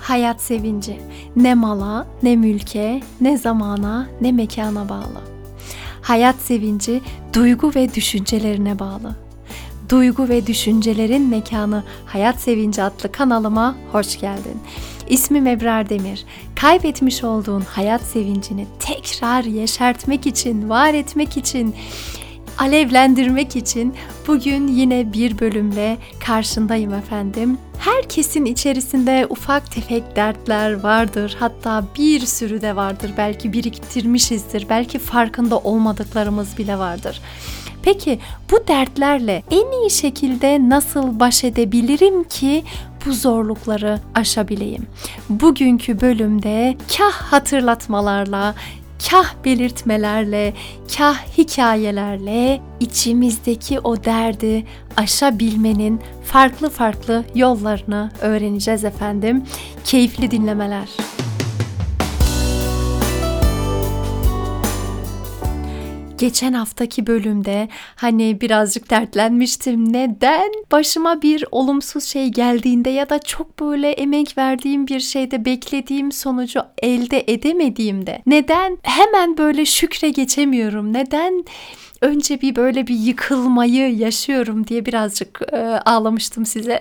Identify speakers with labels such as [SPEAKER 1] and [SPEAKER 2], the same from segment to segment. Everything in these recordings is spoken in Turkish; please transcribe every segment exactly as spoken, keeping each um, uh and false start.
[SPEAKER 1] hayat sevinci ne mala, ne mülke, ne zamana, ne mekana bağlı. Hayat sevinci duygu ve düşüncelerine bağlı. Duygu ve düşüncelerin mekanı Hayat Sevinci adlı kanalıma hoş geldin. İsmim Ebrar Demir. Kaybetmiş olduğun hayat sevincini tekrar yeşertmek için, var etmek için, alevlendirmek için bugün yine bir bölümle karşındayım efendim. Herkesin içerisinde ufak tefek dertler vardır. Hatta bir sürü de vardır. Belki biriktirmişizdir. Belki farkında olmadıklarımız bile vardır. Peki bu dertlerle en iyi şekilde nasıl baş edebilirim ki bu zorlukları aşabileyim? Bugünkü bölümde kah hatırlatmalarla, kah belirtmelerle, kah hikayelerle içimizdeki o derdi aşabilmenin farklı farklı yollarını öğreneceğiz efendim. Keyifli dinlemeler. Geçen haftaki bölümde hani birazcık dertlenmiştim. Neden başıma bir olumsuz şey geldiğinde ya da çok böyle emek verdiğim bir şeyde beklediğim sonucu elde edemediğimde neden hemen böyle şükre geçemiyorum? Neden önce bir böyle bir yıkılmayı yaşıyorum diye birazcık e, ağlamıştım size.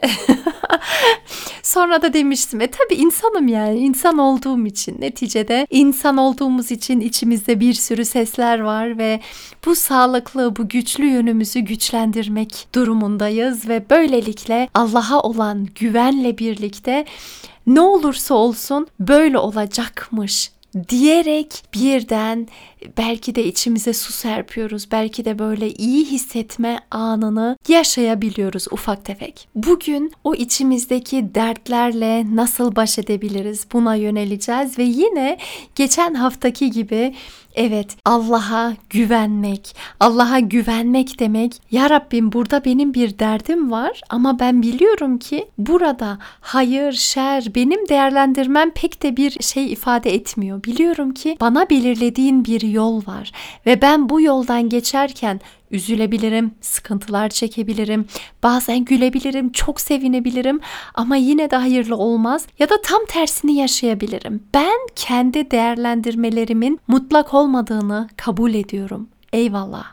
[SPEAKER 1] Sonra da demiştim e tabii insanım yani insan olduğum için neticede insan olduğumuz için içimizde bir sürü sesler var ve bu sağlıklı, bu güçlü yönümüzü güçlendirmek durumundayız ve böylelikle Allah'a olan güvenle birlikte ne olursa olsun böyle olacakmış diyerek birden belki de içimize su serpiyoruz. Belki de böyle iyi hissetme anını yaşayabiliyoruz ufak tefek. Bugün o içimizdeki dertlerle nasıl baş edebiliriz buna yöneleceğiz ve yine geçen haftaki gibi evet Allah'a güvenmek. Allah'a güvenmek demek ya Rabbim burada benim bir derdim var ama ben biliyorum ki burada hayır, şer benim değerlendirmem pek de bir şey ifade etmiyor. Biliyorum ki bana belirlediğin bir yol var ve ben bu yoldan geçerken üzülebilirim, sıkıntılar çekebilirim, bazen gülebilirim, çok sevinebilirim ama yine de hayırlı olmaz ya da tam tersini yaşayabilirim. Ben kendi değerlendirmelerimin mutlak olmadığını kabul ediyorum. Eyvallah.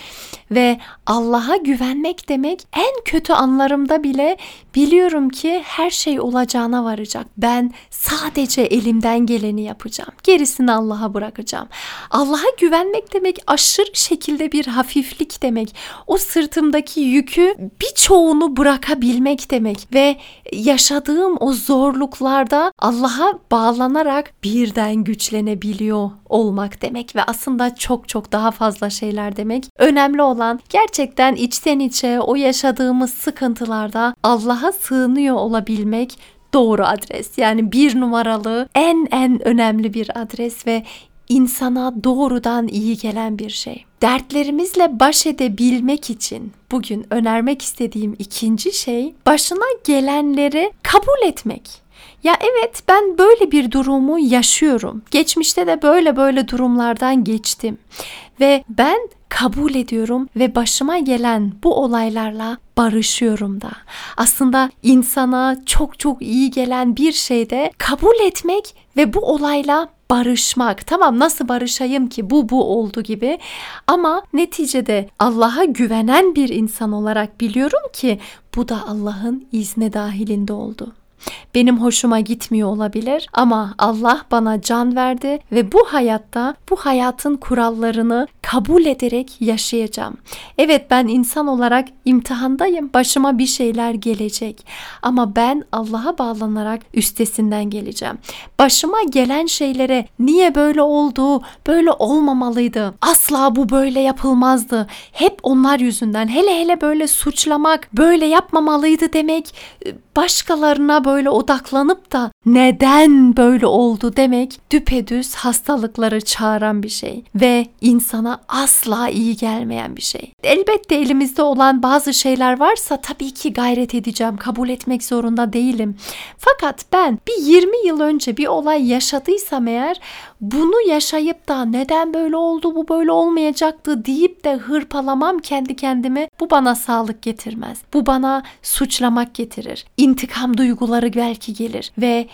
[SPEAKER 1] Ve Allah'a güvenmek demek en kötü anlarımda bile biliyorum ki her şey olacağına varacak. Ben sadece elimden geleni yapacağım. Gerisini Allah'a bırakacağım. Allah'a güvenmek demek aşırı şekilde bir hafiflik demek. O sırtımdaki yükü birçoğunu bırakabilmek demek ve yaşadığım o zorluklarda Allah'a bağlanarak birden güçlenebiliyor olmak demek ve aslında çok çok daha fazla şeyler demek. Önemli olan gerçekten içten içe o yaşadığımız sıkıntılarda Allah'a sığınıyor olabilmek doğru adres. Yani bir numaralı en en önemli bir adres ve insana doğrudan iyi gelen bir şey. Dertlerimizle baş edebilmek için bugün önermek istediğim ikinci şey başına gelenleri kabul etmek. Ya evet ben böyle bir durumu yaşıyorum. Geçmişte de böyle böyle durumlardan geçtim. Ve ben kabul ediyorum ve başıma gelen bu olaylarla barışıyorum da. Aslında insana çok çok iyi gelen bir şey de kabul etmek ve bu olayla barışmak. Tamam nasıl barışayım ki bu bu oldu gibi ama neticede Allah'a güvenen bir insan olarak biliyorum ki bu da Allah'ın izni dahilinde oldu. Benim hoşuma gitmiyor olabilir ama Allah bana can verdi ve bu hayatta bu hayatın kurallarını kabul ederek yaşayacağım. Evet ben insan olarak imtihandayım. Başıma bir şeyler gelecek. Ama ben Allah'a bağlanarak üstesinden geleceğim. Başıma gelen şeylere niye böyle oldu, böyle olmamalıydı, asla bu böyle yapılmazdı. Hep onlar yüzünden hele hele böyle suçlamak, böyle yapmamalıydı demek, başkalarına böyle odaklanıp da neden böyle oldu demek düpedüz hastalıkları çağıran bir şey ve insana asla iyi gelmeyen bir şey. Elbette elimizde olan bazı şeyler varsa tabii ki gayret edeceğim, kabul etmek zorunda değilim. Fakat ben bir yirmi yıl önce bir olay yaşadıysam eğer bunu yaşayıp da neden böyle oldu, bu böyle olmayacaktı deyip de hırpalamam kendi kendime. Bu bana sağlık getirmez. Bu bana suçlamak getirir. İntikam duyguları belki gelir ve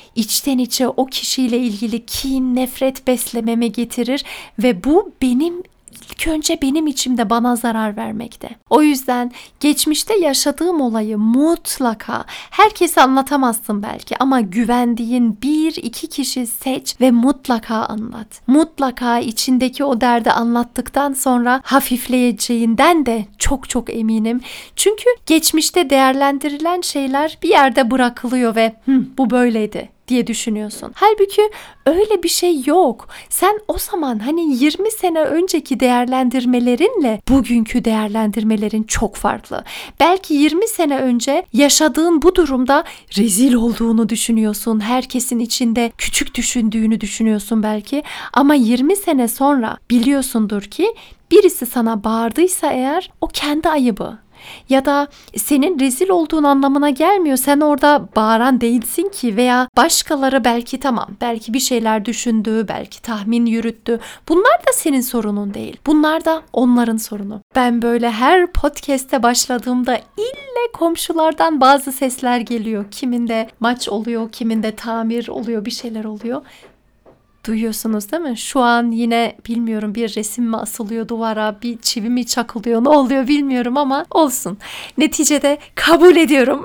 [SPEAKER 1] içten içe o kişiyle ilgili kin, nefret beslememe getirir ve bu benim İlk önce benim içimde bana zarar vermekte. O yüzden geçmişte yaşadığım olayı mutlaka herkese anlatamazsın belki ama güvendiğin bir iki kişi seç ve mutlaka anlat. Mutlaka içindeki o derdi anlattıktan sonra hafifleyeceğinden de çok çok eminim. Çünkü geçmişte değerlendirilen şeyler bir yerde bırakılıyor ve bu böyleydi diye düşünüyorsun. Halbuki öyle bir şey yok. Sen o zaman hani yirmi sene önceki değerlendirmelerinle bugünkü değerlendirmelerin çok farklı. Belki yirmi sene önce yaşadığın bu durumda rezil olduğunu düşünüyorsun. Herkesin içinde küçük düşündüğünü düşünüyorsun belki. Ama yirmi sene sonra biliyorsundur ki birisi sana bağırdıysa eğer o kendi ayıbı. Ya da senin rezil olduğun anlamına gelmiyor. Sen orada bağıran değilsin ki veya başkaları belki tamam, belki bir şeyler düşündü, belki tahmin yürüttü. Bunlar da senin sorunun değil. Bunlar da onların sorunu. Ben böyle her podcast'e başladığımda ille komşulardan bazı sesler geliyor. Kiminde maç oluyor, kiminde tamir oluyor, bir şeyler oluyor. Duyuyorsunuz değil mi? Şu an yine bilmiyorum bir resim mi asılıyor duvara, bir çivi mi çakılıyor, ne oluyor bilmiyorum ama olsun. Neticede kabul ediyorum.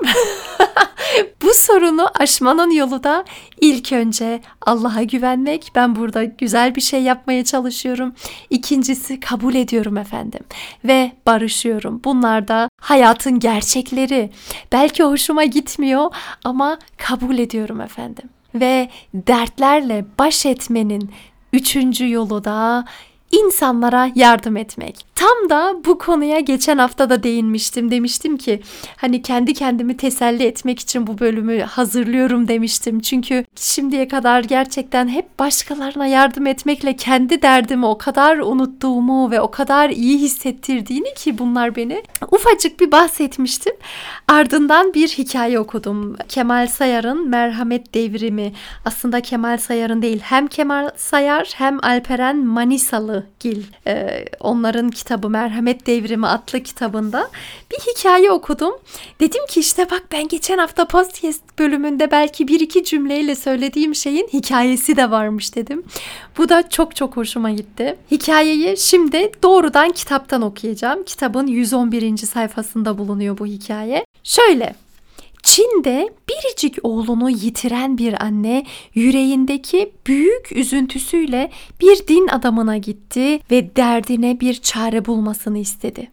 [SPEAKER 1] Bu sorunu aşmanın yolu da ilk önce Allah'a güvenmek. Ben burada güzel bir şey yapmaya çalışıyorum. İkincisi kabul ediyorum efendim ve barışıyorum. Bunlar da hayatın gerçekleri. Belki hoşuma gitmiyor ama kabul ediyorum efendim. Ve dertlerle baş etmenin üçüncü yolu da insanlara yardım etmek. Tam da bu konuya geçen hafta da değinmiştim. Demiştim ki hani kendi kendimi teselli etmek için bu bölümü hazırlıyorum demiştim. Çünkü şimdiye kadar gerçekten hep başkalarına yardım etmekle kendi derdimi o kadar unuttuğumu ve o kadar iyi hissettirdiğini ki bunlar beni. Ufacık bir bahsetmiştim. Ardından bir hikaye okudum. Kemal Sayar'ın Merhamet Devrimi. Aslında Kemal Sayar'ın değil, hem Kemal Sayar hem Alperen Manisalıgil. Ee, onların kitabı Merhamet Devrimi adlı kitabında bir hikaye okudum. Dedim ki işte bak ben geçen hafta podcast bölümünde belki bir iki cümleyle söylediğim şeyin hikayesi de varmış dedim. Bu da çok çok hoşuma gitti. Hikayeyi şimdi doğrudan kitaptan okuyacağım. Kitabın yüz on birinci sayfasında bulunuyor bu hikaye. Şöyle, Çin'de biricik oğlunu yitiren bir anne yüreğindeki büyük üzüntüsüyle bir din adamına gitti ve derdine bir çare bulmasını istedi.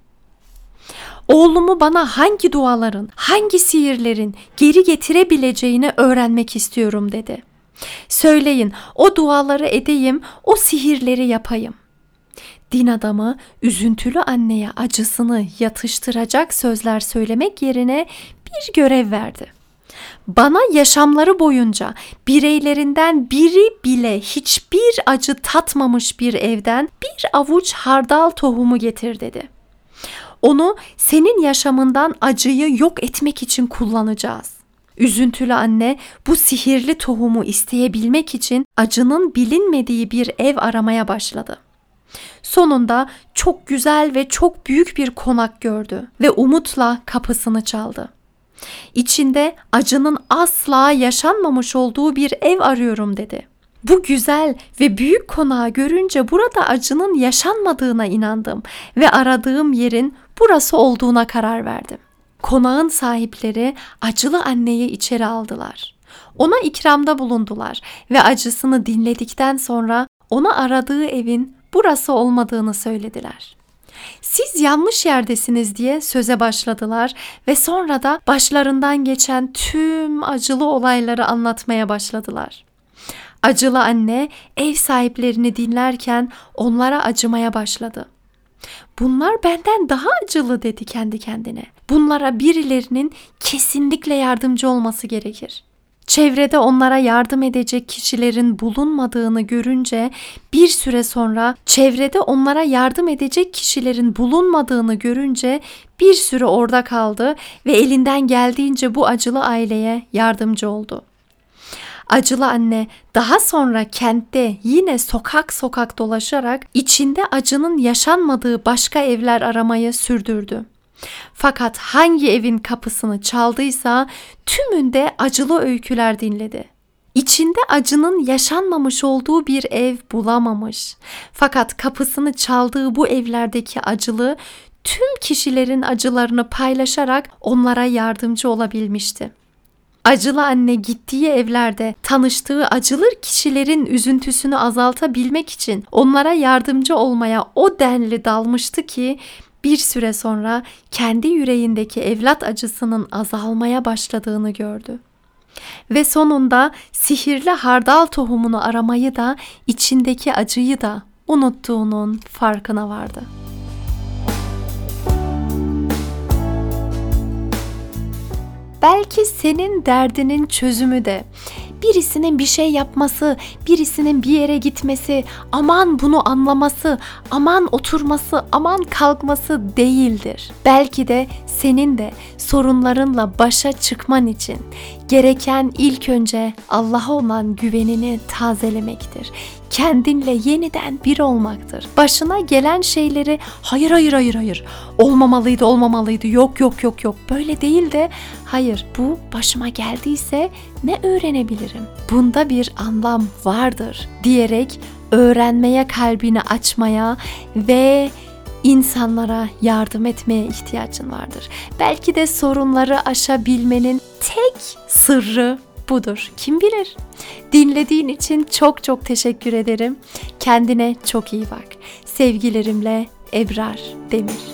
[SPEAKER 1] Oğlumu bana hangi duaların, hangi sihirlerin geri getirebileceğini öğrenmek istiyorum dedi. Söyleyin, o duaları edeyim, o sihirleri yapayım. Din adamı üzüntülü anneye acısını yatıştıracak sözler söylemek yerine bir görev verdi. Bana yaşamları boyunca bireylerinden biri bile hiçbir acı tatmamış bir evden bir avuç hardal tohumu getir dedi. Onu senin yaşamından acıyı yok etmek için kullanacağız. Üzüntülü anne bu sihirli tohumu isteyebilmek için acının bilinmediği bir ev aramaya başladı. Sonunda çok güzel ve çok büyük bir konak gördü ve umutla kapısını çaldı. İçinde acının asla yaşanmamış olduğu bir ev arıyorum dedi. Bu güzel ve büyük konağı görünce burada acının yaşanmadığına inandım ve aradığım yerin burası olduğuna karar verdim. Konağın sahipleri acılı anneyi içeri aldılar. Ona ikramda bulundular ve acısını dinledikten sonra ona aradığı evin burası olmadığını söylediler. Siz yanlış yerdesiniz diye söze başladılar ve sonra da başlarından geçen tüm acılı olayları anlatmaya başladılar. Acılı anne ev sahiplerini dinlerken onlara acımaya başladı. Bunlar benden daha acılı dedi kendi kendine. Bunlara birilerinin kesinlikle yardımcı olması gerekir. Çevrede onlara yardım edecek kişilerin bulunmadığını görünce bir süre sonra çevrede onlara yardım edecek kişilerin bulunmadığını görünce bir süre orada kaldı ve elinden geldiğince bu acılı aileye yardımcı oldu. Acılı anne daha sonra kentte yine sokak sokak dolaşarak içinde acının yaşanmadığı başka evler aramayı sürdürdü. Fakat hangi evin kapısını çaldıysa tümünde acılı öyküler dinledi. İçinde acının yaşanmamış olduğu bir ev bulamamış. Fakat kapısını çaldığı bu evlerdeki acılı tüm kişilerin acılarını paylaşarak onlara yardımcı olabilmişti. Acılı anne gittiği evlerde tanıştığı acılı kişilerin üzüntüsünü azaltabilmek için onlara yardımcı olmaya o denli dalmıştı ki bir süre sonra kendi yüreğindeki evlat acısının azalmaya başladığını gördü. Ve sonunda sihirli hardal tohumunu aramayı da içindeki acıyı da unuttuğunun farkına vardı. Belki senin derdinin çözümü de birisinin bir şey yapması, birisinin bir yere gitmesi, aman bunu anlaması, aman oturması, aman kalkması değildir. Belki de senin de sorunlarınla başa çıkman için gereken ilk önce Allah'a olan güvenini tazelemektir. Kendinle yeniden bir olmaktır. Başına gelen şeyleri hayır hayır hayır hayır olmamalıydı olmamalıydı yok yok yok yok böyle değil de hayır bu başıma geldiyse ne öğrenebilirim? Bunda bir anlam vardır diyerek öğrenmeye kalbini açmaya ve insanlara yardım etmeye ihtiyacın vardır. Belki de sorunları aşabilmenin tek sırrı budur. Kim bilir? Dinlediğin için çok çok teşekkür ederim. Kendine çok iyi bak. Sevgilerimle Ebrar Demir.